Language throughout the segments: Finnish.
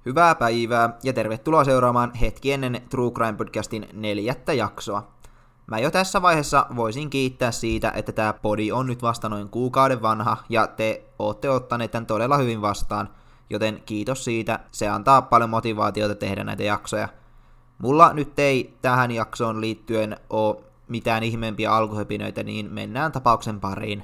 Hyvää päivää ja tervetuloa seuraamaan hetki ennen True Crime Podcastin 4. jaksoa. Mä jo tässä vaiheessa voisin kiittää siitä, että tää podi on nyt vasta noin kuukauden vanha ja te ootte ottaneet tän todella hyvin vastaan, joten kiitos siitä, se antaa paljon motivaatiota tehdä näitä jaksoja. Mulla nyt ei tähän jaksoon liittyen oo mitään ihmeempiä alkuhöpinöitä, niin mennään tapauksen pariin.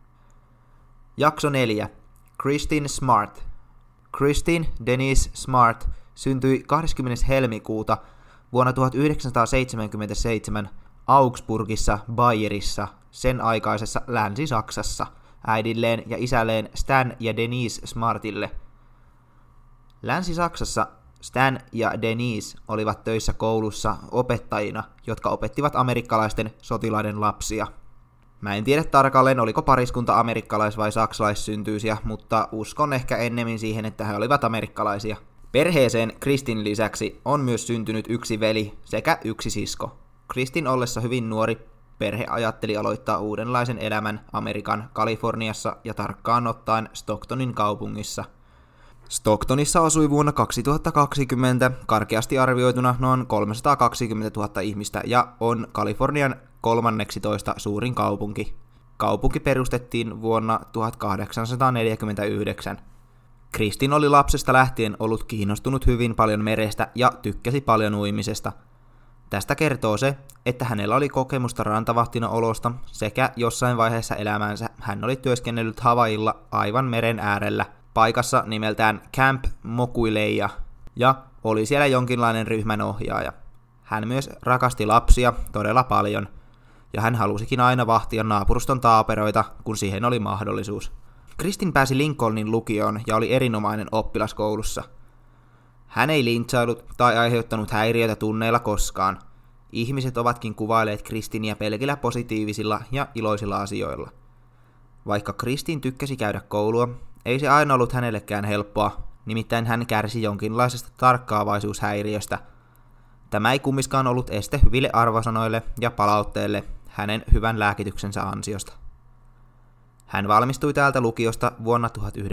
Jakso 4. Christine Smart. Christine Denise Smart syntyi 20. helmikuuta vuonna 1977 Augsburgissa, Bayerissa, sen aikaisessa Länsi-Saksassa, äidilleen ja isälleen Stan ja Denise Smartille. Länsi-Saksassa Stan ja Denise olivat töissä koulussa opettajina, jotka opettivat amerikkalaisten sotilaiden lapsia. Mä en tiedä tarkalleen, oliko pariskunta amerikkalais- vai saksalaissyntyisiä, mutta uskon ehkä ennemmin siihen, että he olivat amerikkalaisia. Perheeseen Kristin lisäksi on myös syntynyt yksi veli sekä yksi sisko. Kristin ollessa hyvin nuori, perhe ajatteli aloittaa uudenlaisen elämän Amerikan Kaliforniassa ja tarkkaan ottaen Stocktonin kaupungissa. Stocktonissa asui vuonna 2020 karkeasti arvioituna noin 320 000 ihmistä ja on Kalifornian 13. suurin kaupunki. Kaupunki perustettiin vuonna 1849. Kristin oli lapsesta lähtien ollut kiinnostunut hyvin paljon merestä ja tykkäsi paljon uimisesta. Tästä kertoo se, että hänellä oli kokemusta rantavahtina olosta sekä jossain vaiheessa elämäänsä hän oli työskennellyt Havailla aivan meren äärellä paikassa nimeltään Camp Mokuileja ja oli siellä jonkinlainen ryhmän ohjaaja. Hän myös rakasti lapsia todella paljon ja hän halusikin aina vahtia naapuruston taaperoita, kun siihen oli mahdollisuus. Kristin pääsi Lincolnin lukioon ja oli erinomainen oppilas koulussa. Hän ei lintsailut tai aiheuttanut häiriötä tunneilla koskaan. Ihmiset ovatkin kuvailleet Kristinia pelkillä positiivisilla ja iloisilla asioilla. Vaikka Kristin tykkäsi käydä koulua, ei se aina ollut hänellekään helppoa, nimittäin hän kärsi jonkinlaisesta tarkkaavaisuushäiriöstä. Tämä ei kummiskaan ollut este hyville arvosanoille ja palautteelle hänen hyvän lääkityksensä ansiosta. Hän valmistui täältä lukiosta vuonna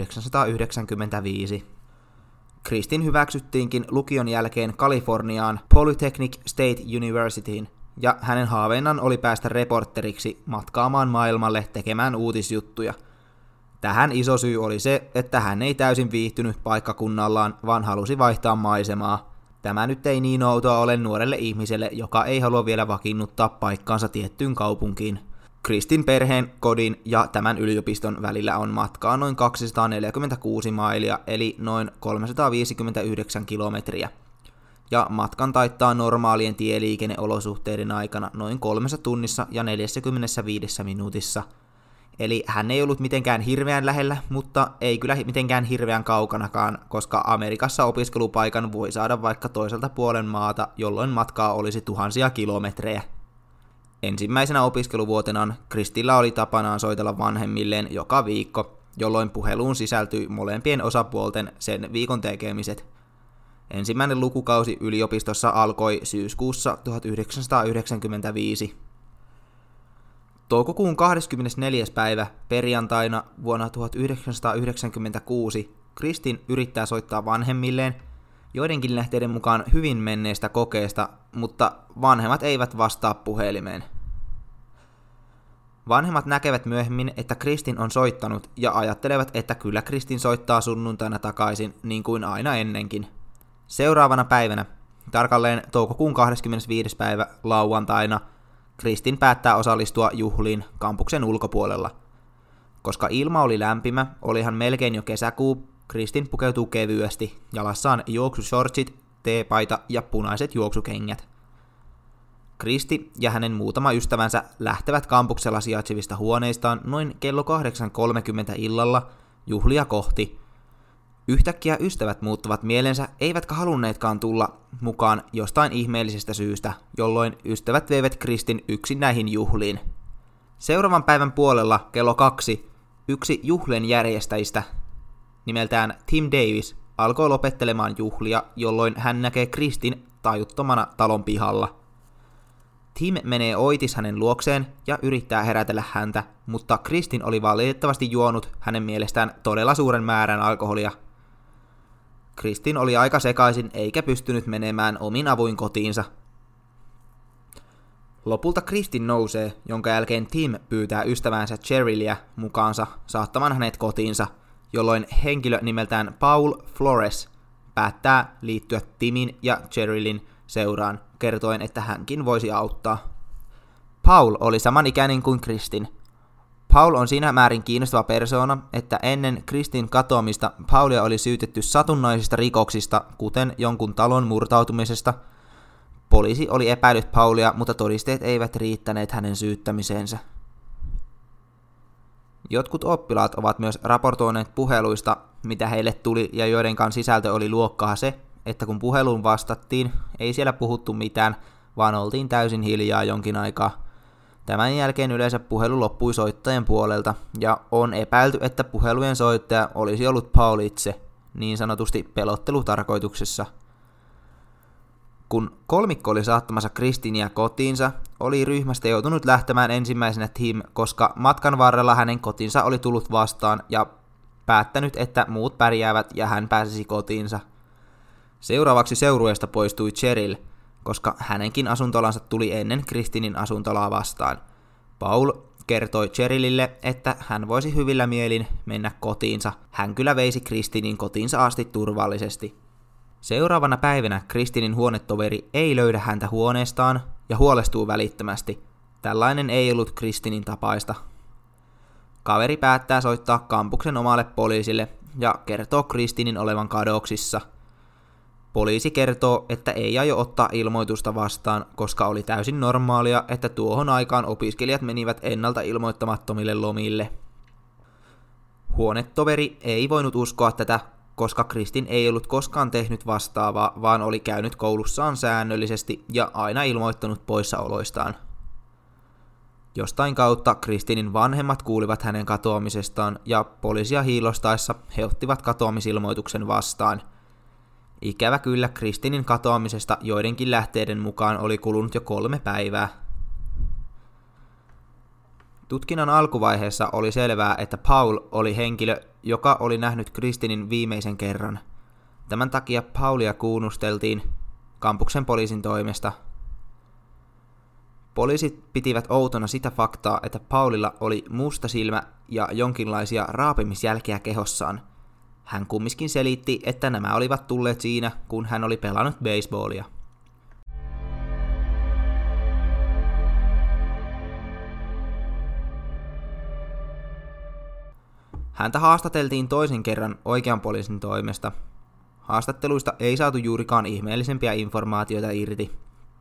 1995. Kristin hyväksyttiinkin lukion jälkeen Kaliforniaan Polytechnic State Universityin, ja hänen haaveenaan oli päästä reporteriksi matkaamaan maailmalle tekemään uutisjuttuja. Tähän iso syy oli se, että hän ei täysin viihtynyt paikkakunnallaan, vaan halusi vaihtaa maisemaa. Tämä nyt ei niin outoa ole nuorelle ihmiselle, joka ei halua vielä vakiinnuttaa paikkaansa tiettyyn kaupunkiin. Kristin perheen, kodin ja tämän yliopiston välillä on matkaa noin 246 mailia, eli noin 359 kilometriä. Ja matkan taittaa normaalien tieliikenneolosuhteiden aikana noin 3 tunnissa ja 45 minuutissa. Eli hän ei ollut mitenkään hirveän lähellä, mutta ei kyllä mitenkään hirveän kaukanakaan, koska Amerikassa opiskelupaikan voi saada vaikka toiselta puolen maata, jolloin matkaa olisi tuhansia kilometrejä. Ensimmäisenä opiskeluvuotenaan Kristillä oli tapanaan soitella vanhemmilleen joka viikko, jolloin puheluun sisältyi molempien osapuolten sen viikon tekemiset. Ensimmäinen lukukausi yliopistossa alkoi syyskuussa 1995. Toukokuun 24. päivä perjantaina vuonna 1996 Kristin yrittää soittaa vanhemmilleen, joidenkin lähteiden mukaan hyvin menneestä kokeesta, mutta vanhemmat eivät vastaa puhelimeen. Vanhemmat näkevät myöhemmin, että Kristin on soittanut ja ajattelevat, että kyllä Kristin soittaa sunnuntaina takaisin niin kuin aina ennenkin. Seuraavana päivänä, tarkalleen toukokuun 25. päivä lauantaina, Kristin päättää osallistua juhliin kampuksen ulkopuolella. Koska ilma oli lämpimä, olihan melkein jo kesäkuu, Kristin pukeutuu kevyesti, jalassaan juoksushortsit, teepaita ja punaiset juoksukengät. Kristi ja hänen muutama ystävänsä lähtevät kampuksella sijaitsevista huoneistaan noin kello 8.30 illalla juhlia kohti. Yhtäkkiä ystävät muuttavat mielensä, eivätkä halunneetkaan tulla mukaan jostain ihmeellisestä syystä, jolloin ystävät veivät Kristin yksin näihin juhliin. Seuraavan päivän puolella kello 2 yksi juhlien järjestäjistä, nimeltään Tim Davis, alkoi lopettelemaan juhlia, jolloin hän näkee Kristin tajuttomana talon pihalla. Tim menee oitis hänen luokseen ja yrittää herätellä häntä, mutta Kristin oli valitettavasti juonut hänen mielestään todella suuren määrän alkoholia. Kristin oli aika sekaisin eikä pystynyt menemään omin avuin kotiinsa. Lopulta Kristin nousee, jonka jälkeen Tim pyytää ystäväänsä Cheryliä mukaansa saattamaan hänet kotiinsa, jolloin henkilö nimeltään Paul Flores päättää liittyä Timin ja Cherylin seuraan, kertoen, että hänkin voisi auttaa. Paul oli samanikäinen kuin Kristin. Paul on siinä määrin kiinnostava persoona, että ennen Kristin katoamista Paulia oli syytetty satunnaisista rikoksista, kuten jonkun talon murtautumisesta. Poliisi oli epäillyt Paulia, mutta todisteet eivät riittäneet hänen syyttämiseensä. Jotkut oppilaat ovat myös raportoineet puheluista, mitä heille tuli ja joidenkaan sisältö oli luokkaa se, että kun puheluun vastattiin, ei siellä puhuttu mitään, vaan oltiin täysin hiljaa jonkin aikaa. Tämän jälkeen yleensä puhelu loppui soittajan puolelta, ja on epäilty, että puhelujen soittaja olisi ollut Paul itse, niin sanotusti pelottelutarkoituksessa. Kun kolmikko oli saattamassa Kristinia kotiinsa, oli ryhmästä joutunut lähtemään ensimmäisenä Tim, koska matkan varrella hänen kotinsa oli tullut vastaan ja päättänyt, että muut pärjäävät ja hän pääsisi kotiinsa. Seuraavaksi seurueesta poistui Cheryl, koska hänenkin asuntolansa tuli ennen Kristinin asuntolaa vastaan. Paul kertoi Cherylille, että hän voisi hyvillä mielin mennä kotiinsa. Hän kyllä veisi Kristinin kotiinsa asti turvallisesti. Seuraavana päivänä Kristinin huonetoveri ei löydä häntä huoneestaan ja huolestuu välittömästi. Tällainen ei ollut Kristinin tapaista. Kaveri päättää soittaa kampuksen omalle poliisille ja kertoo Kristinin olevan kadoksissa. Poliisi kertoo, että ei aio ottaa ilmoitusta vastaan, koska oli täysin normaalia, että tuohon aikaan opiskelijat menivät ennalta ilmoittamattomille lomille. Huonetoveri ei voinut uskoa tätä, koska Kristin ei ollut koskaan tehnyt vastaavaa, vaan oli käynyt koulussaan säännöllisesti ja aina ilmoittanut poissaoloistaan. Jostain kautta Kristinin vanhemmat kuulivat hänen katoamisestaan ja poliisia hiilostaessa he ottivat katoamisilmoituksen vastaan. Ikävä kyllä Kristinin katoamisesta joidenkin lähteiden mukaan oli kulunut jo 3 päivää. Tutkinnan alkuvaiheessa oli selvää, että Paul oli henkilö, joka oli nähnyt Kristinin viimeisen kerran. Tämän takia Paulia kuunusteltiin kampuksen poliisin toimesta. Poliisit pitivät outona sitä faktaa, että Paulilla oli musta silmä ja jonkinlaisia raapimisjälkiä kehossaan. Hän kumminkin selitti, että nämä olivat tulleet siinä, kun hän oli pelannut baseballia. Häntä haastateltiin toisen kerran oikean poliisin toimesta. Haastatteluista ei saatu juurikaan ihmeellisempiä informaatioita irti.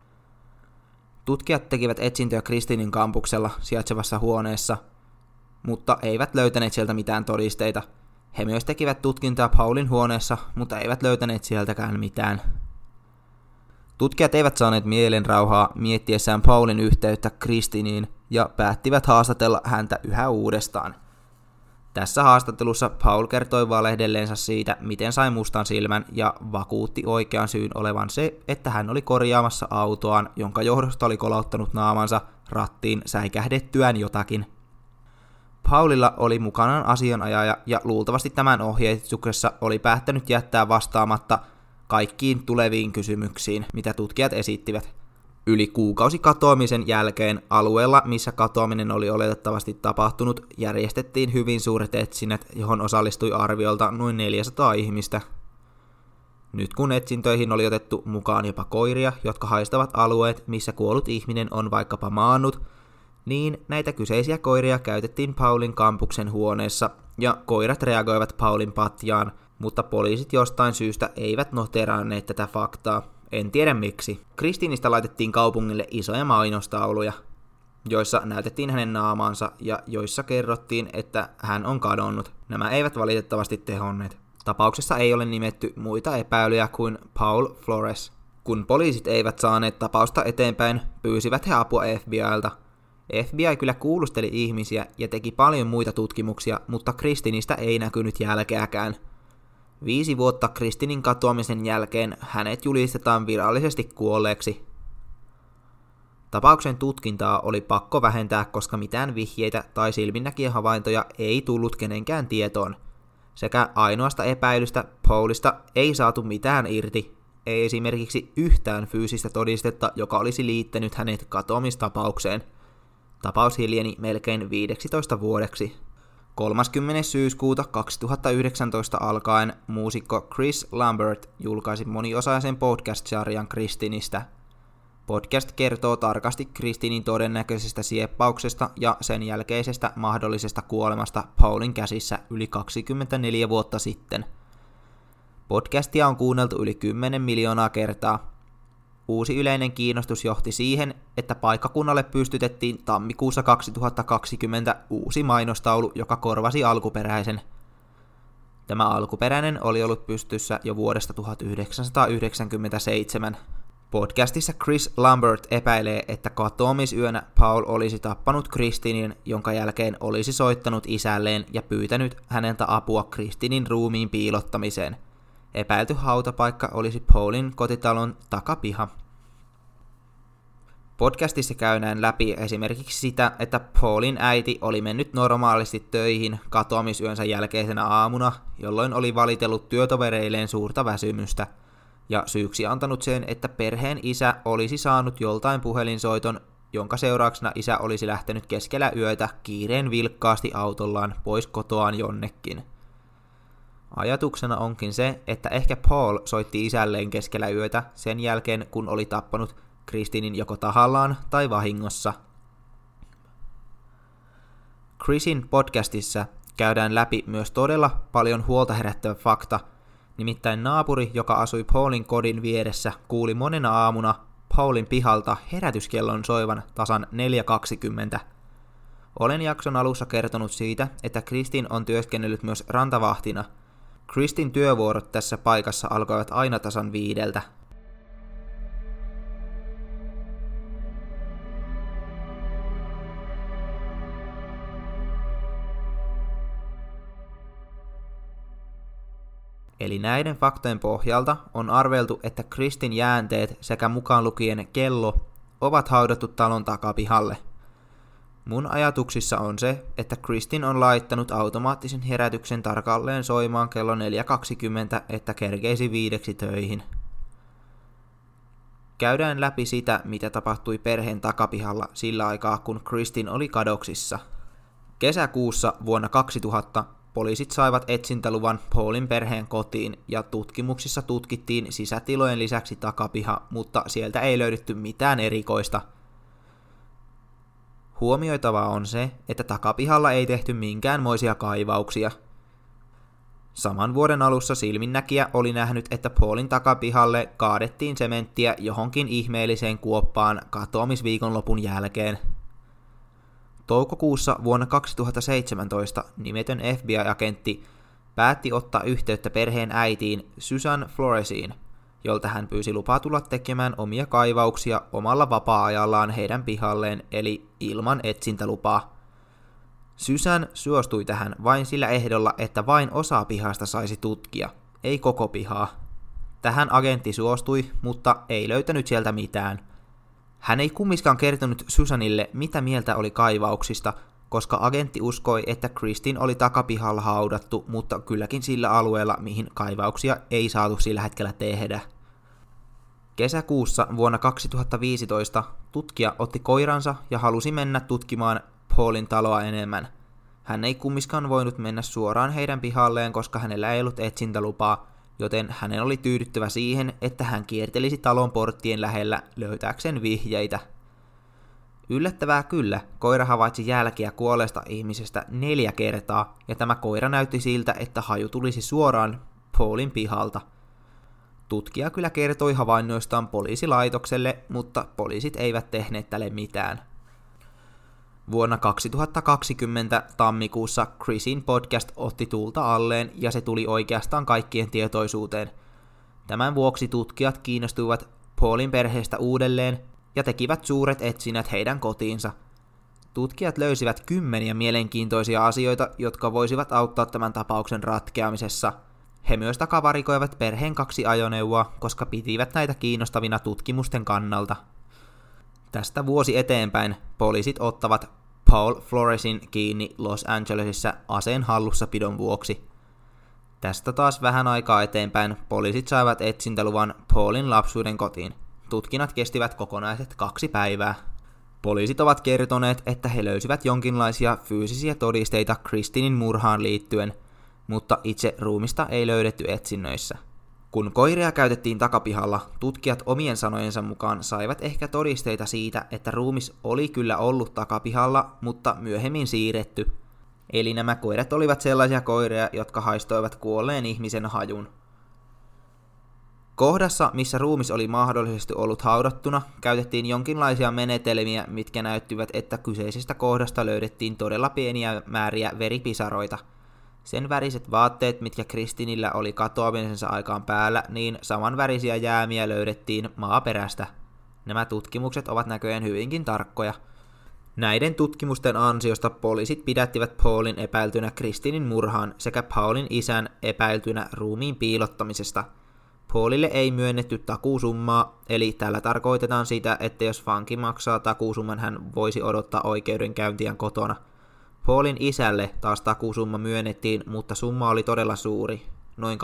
Tutkijat tekivät etsintöjä Kristinin kampuksella sijaitsevassa huoneessa, mutta eivät löytäneet sieltä mitään todisteita. He myös tekivät tutkintaa Paulin huoneessa, mutta eivät löytäneet sieltäkään mitään. Tutkijat eivät saaneet mielenrauhaa miettiessään Paulin yhteyttä Kristiniin ja päättivät haastatella häntä yhä uudestaan. Tässä haastattelussa Paul kertoi valehdelleensa siitä, miten sai mustan silmän ja vakuutti oikean syyn olevan se, että hän oli korjaamassa autoaan, jonka johdosta oli kolauttanut naamansa rattiin säikähdettyään jotakin. Paulilla oli mukanaan asianajaja ja luultavasti tämän ohjeistuksessa oli päättänyt jättää vastaamatta kaikkiin tuleviin kysymyksiin, mitä tutkijat esittivät. Yli kuukausi katoamisen jälkeen alueella, missä katoaminen oli oletettavasti tapahtunut, järjestettiin hyvin suuret etsinnät, johon osallistui arviolta noin 400 ihmistä. Nyt kun etsintöihin oli otettu mukaan jopa koiria, jotka haistavat alueet, missä kuollut ihminen on vaikkapa maannut, niin näitä kyseisiä koiria käytettiin Paulin kampuksen huoneessa, ja koirat reagoivat Paulin patjaan, mutta poliisit jostain syystä eivät noteranneet tätä faktaa. En tiedä miksi. Kristinistä laitettiin kaupungille isoja mainostauluja, joissa näytettiin hänen naamaansa ja joissa kerrottiin, että hän on kadonnut. Nämä eivät valitettavasti tehonneet. Tapauksessa ei ole nimetty muita epäilyjä kuin Paul Flores. Kun poliisit eivät saaneet tapausta eteenpäin, pyysivät he apua FBI:lta. FBI kyllä kuulusteli ihmisiä ja teki paljon muita tutkimuksia, mutta Kristinistä ei näkynyt jälkeäkään. 5 vuotta Kristinin katoamisen jälkeen hänet julistetaan virallisesti kuolleeksi. Tapauksen tutkintaa oli pakko vähentää, koska mitään vihjeitä tai silminnäkijähavaintoja ei tullut kenenkään tietoon. sekä ainoasta epäilystä Paulista ei saatu mitään irti, ei esimerkiksi yhtään fyysistä todistetta, joka olisi liittänyt hänet katoamistapaukseen. Tapaus hiljeni melkein 15 vuodeksi. 30. syyskuuta 2019 alkaen muusikko Chris Lambert julkaisi moniosaisen podcast-sarjan Kristinistä. Podcast kertoo tarkasti Kristinin todennäköisestä sieppauksesta ja sen jälkeisestä mahdollisesta kuolemasta Paulin käsissä yli 24 vuotta sitten. Podcastia on kuunneltu yli 10 miljoonaa kertaa. Uusi yleinen kiinnostus johti siihen, että paikkakunnalle pystytettiin tammikuussa 2020 uusi mainostaulu, joka korvasi alkuperäisen. Tämä alkuperäinen oli ollut pystyssä jo vuodesta 1997. Podcastissa Chris Lambert epäilee, että katoamisyönä Paul olisi tappanut Kristinin, jonka jälkeen olisi soittanut isälleen ja pyytänyt häneltä apua Kristinin ruumiin piilottamiseen. Epäilty hautapaikka olisi Paulin kotitalon takapiha. Podcastissa käydään läpi esimerkiksi sitä, että Paulin äiti oli mennyt normaalisti töihin katoamisyönsä jälkeisenä aamuna, jolloin oli valitellut työtovereilleen suurta väsymystä, ja syyksi antanut sen, että perheen isä olisi saanut joltain puhelinsoiton, jonka seurauksena isä olisi lähtenyt keskellä yötä kiireen vilkkaasti autollaan pois kotoaan jonnekin. Ajatuksena onkin se, että ehkä Paul soitti isälleen keskellä yötä sen jälkeen, kun oli tappanut Kristinin joko tahallaan tai vahingossa. Chrisin podcastissa käydään läpi myös todella paljon huolta herättävä fakta, nimittäin naapuri, joka asui Paulin kodin vieressä, kuuli monena aamuna Paulin pihalta herätyskellon soivan tasan 4.20. Olen jakson alussa kertonut siitä, että Kristin on työskennellyt myös rantavahtina. Kristin työvuorot tässä paikassa alkoivat aina tasan 5. Eli näiden faktojen pohjalta on arveltu, että Kristin jäänteet sekä mukaan lukien kello ovat haudattu talon takapihalle. Mun ajatuksissa on se, että Kristin on laittanut automaattisen herätyksen tarkalleen soimaan kello 4.20, että kerkeisi 5 töihin. Käydään läpi sitä, mitä tapahtui perheen takapihalla sillä aikaa, kun Kristin oli kadoksissa. Kesäkuussa vuonna 2000 poliisit saivat etsintäluvan Paulin perheen kotiin ja tutkimuksissa tutkittiin sisätilojen lisäksi takapiha, mutta sieltä ei löydetty mitään erikoista. Huomioitavaa on se, että takapihalla ei tehty minkäänmoisia kaivauksia. Saman vuoden alussa silminnäkijä oli nähnyt, että Paulin takapihalle kaadettiin sementtiä johonkin ihmeelliseen kuoppaan katoamisviikonlopun jälkeen. Toukokuussa vuonna 2017 nimetön FBI-agentti päätti ottaa yhteyttä perheen äitiin Susan Floresiin, jolta hän pyysi lupaa tulla tekemään omia kaivauksia omalla vapaa-ajallaan heidän pihalleen, eli ilman etsintälupaa. Susan suostui tähän vain sillä ehdolla, että vain osa pihasta saisi tutkia, ei koko pihaa. Tähän agentti suostui, mutta ei löytänyt sieltä mitään. Hän ei kumminkaan kertonut Susanille, mitä mieltä oli kaivauksista, koska agentti uskoi, että Kristin oli takapihalla haudattu, mutta kylläkin sillä alueella, mihin kaivauksia ei saatu sillä hetkellä tehdä. Kesäkuussa vuonna 2015 tutkija otti koiransa ja halusi mennä tutkimaan Paulin taloa enemmän. Hän ei kumminkaan voinut mennä suoraan heidän pihalleen, koska hänellä ei ollut etsintälupaa, joten hänen oli tyydyttävä siihen, että hän kiertelisi talon porttien lähellä löytääkseen vihjeitä. Yllättävää kyllä, koira havaitsi jälkiä kuolleesta ihmisestä 4 kertaa, ja tämä koira näytti siltä, että haju tulisi suoraan Paulin pihalta. Tutkija kyllä kertoi havainnoistaan poliisilaitokselle, mutta poliisit eivät tehneet tälle mitään. Vuonna 2020 tammikuussa Chrisin podcast otti tuulta alleen ja se tuli oikeastaan kaikkien tietoisuuteen. Tämän vuoksi tutkijat kiinnostuivat Paulin perheestä uudelleen ja tekivät suuret etsinnät heidän kotiinsa. Tutkijat löysivät 10 mielenkiintoisia asioita, jotka voisivat auttaa tämän tapauksen ratkeamisessa. He myös takavarikoivat perheen 2 ajoneuvoa, koska pitivät näitä kiinnostavina tutkimusten kannalta. Tästä vuosi eteenpäin poliisit ottavat Paul Floresin kiinni Los Angelesissa aseen hallussapidon vuoksi. Tästä taas vähän aikaa eteenpäin poliisit saivat etsintäluvan Paulin lapsuuden kotiin. Tutkinnat kestivät kokonaiset 2 päivää. Poliisit ovat kertoneet, että he löysivät jonkinlaisia fyysisiä todisteita Kristinin murhaan liittyen, mutta itse ruumista ei löydetty etsinnöissä. Kun koiria käytettiin takapihalla, tutkijat omien sanojensa mukaan saivat ehkä todisteita siitä, että ruumis oli kyllä ollut takapihalla, mutta myöhemmin siirretty. Eli nämä koirat olivat sellaisia koiria, jotka haistoivat kuolleen ihmisen hajun. Kohdassa, missä ruumis oli mahdollisesti ollut haudattuna, käytettiin jonkinlaisia menetelmiä, mitkä näyttivät, että kyseisestä kohdasta löydettiin todella pieniä määriä veripisaroita. Sen väriset vaatteet, mitkä Kristinillä oli katoamisensa aikaan päällä, niin samanvärisiä jäämiä löydettiin maaperästä. Nämä tutkimukset ovat näköjään hyvinkin tarkkoja. Näiden tutkimusten ansiosta poliisit pidättivät Paulin epäiltynä Kristinin murhaan sekä Paulin isän epäiltynä ruumiin piilottamisesta. Paulille ei myönnetty takuusummaa, eli tällä tarkoitetaan sitä, että jos vanki maksaa takuusumman, hän voisi odottaa oikeudenkäyntiä kotona. Paulin isälle taas takuusumma myönnettiin, mutta summa oli todella suuri, noin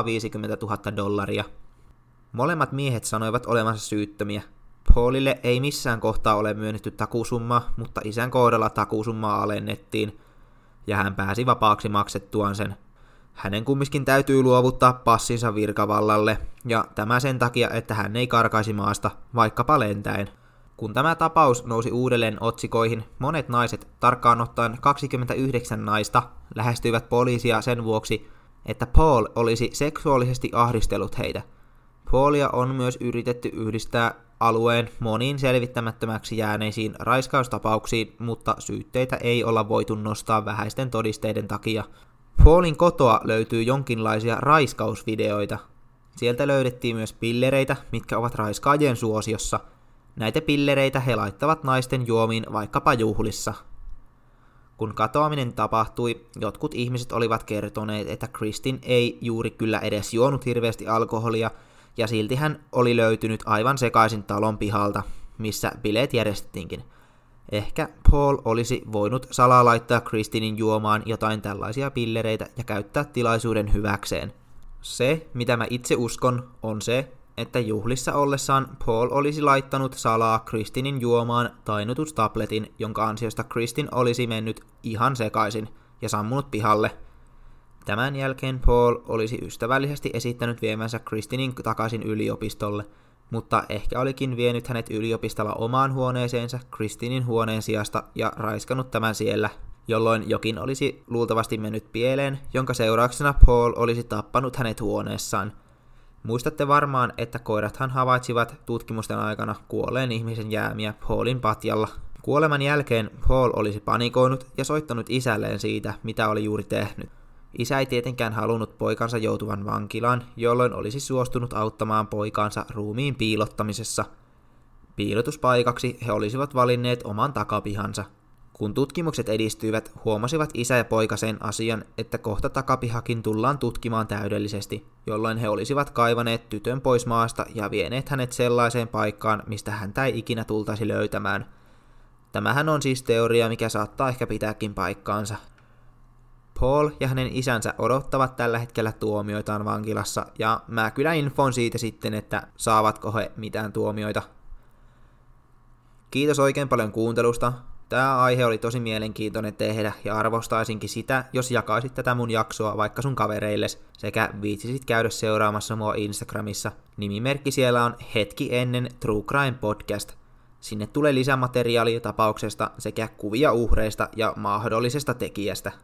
$250,000. Molemmat miehet sanoivat olevansa syyttömiä. Paulille ei missään kohtaa ole myönnetty takuusummaa, mutta isän kohdalla takuusummaa alennettiin, ja hän pääsi vapaaksi maksettuaan sen. Hänen kumminkin täytyy luovuttaa passinsa virkavallalle, ja tämä sen takia, että hän ei karkaisi maasta, vaikkapa lentäen. Kun tämä tapaus nousi uudelleen otsikoihin, monet naiset, tarkkaan ottaen 29 naista, lähestyivät poliisia sen vuoksi, että Paul olisi seksuaalisesti ahdistellut heitä. Paulia on myös yritetty yhdistää alueen moniin selvittämättömäksi jääneisiin raiskaustapauksiin, mutta syytteitä ei olla voitu nostaa vähäisten todisteiden takia. Paulin kotoa löytyy jonkinlaisia raiskausvideoita. Sieltä löydettiin myös pillereitä, mitkä ovat raiskaajien suosiossa. Näitä pillereitä he laittavat naisten juomiin vaikkapa juhlissa. Kun katoaminen tapahtui, jotkut ihmiset olivat kertoneet, että Kristin ei juuri kyllä edes juonut hirveästi alkoholia, ja silti hän oli löytynyt aivan sekaisin talon pihalta, missä bileet järjestettiinkin. Ehkä Paul olisi voinut salaa laittaa Kristinin juomaan jotain tällaisia pillereitä ja käyttää tilaisuuden hyväkseen. Se, mitä mä itse uskon, on se, että juhlissa ollessaan Paul olisi laittanut salaa Kristinin juomaan tainnutustabletin, jonka ansiosta Kristin olisi mennyt ihan sekaisin ja sammunut pihalle. Tämän jälkeen Paul olisi ystävällisesti esittänyt viemänsä Kristinin takaisin yliopistolle, mutta ehkä olikin vienyt hänet yliopistolla omaan huoneeseensa Kristinin huoneen sijasta ja raiskannut tämän siellä, jolloin jokin olisi luultavasti mennyt pieleen, jonka seurauksena Paul olisi tappanut hänet huoneessaan. Muistatte varmaan, että koirathan havaitsivat tutkimusten aikana kuolleen ihmisen jäämiä Paulin patjalla. Kuoleman jälkeen Paul olisi panikoinut ja soittanut isälleen siitä, mitä oli juuri tehnyt. Isä ei tietenkään halunnut poikansa joutuvan vankilaan, jolloin olisi suostunut auttamaan poikaansa ruumiin piilottamisessa. Piilotuspaikaksi he olisivat valinneet oman takapihansa. Kun tutkimukset edistyivät, huomasivat isä ja poika sen asian, että kohta takapihakin tullaan tutkimaan täydellisesti, jolloin he olisivat kaivaneet tytön pois maasta ja vieneet hänet sellaiseen paikkaan, mistä häntä ei ikinä tultaisi löytämään. Tämähän on siis teoria, mikä saattaa ehkä pitääkin paikkaansa. Paul ja hänen isänsä odottavat tällä hetkellä tuomioitaan vankilassa, ja mä kyllä infon siitä sitten, että saavatko he mitään tuomioita. Kiitos oikein paljon kuuntelusta. Tämä aihe oli tosi mielenkiintoinen tehdä, ja arvostaisinkin sitä, jos jakaisit tätä mun jaksoa vaikka sun kavereilles, sekä viitsisit käydä seuraamassa mua Instagramissa. Nimimerkki siellä on hetki ennen True Crime Podcast. Sinne tulee lisämateriaalia tapauksesta sekä kuvia uhreista ja mahdollisesta tekijästä.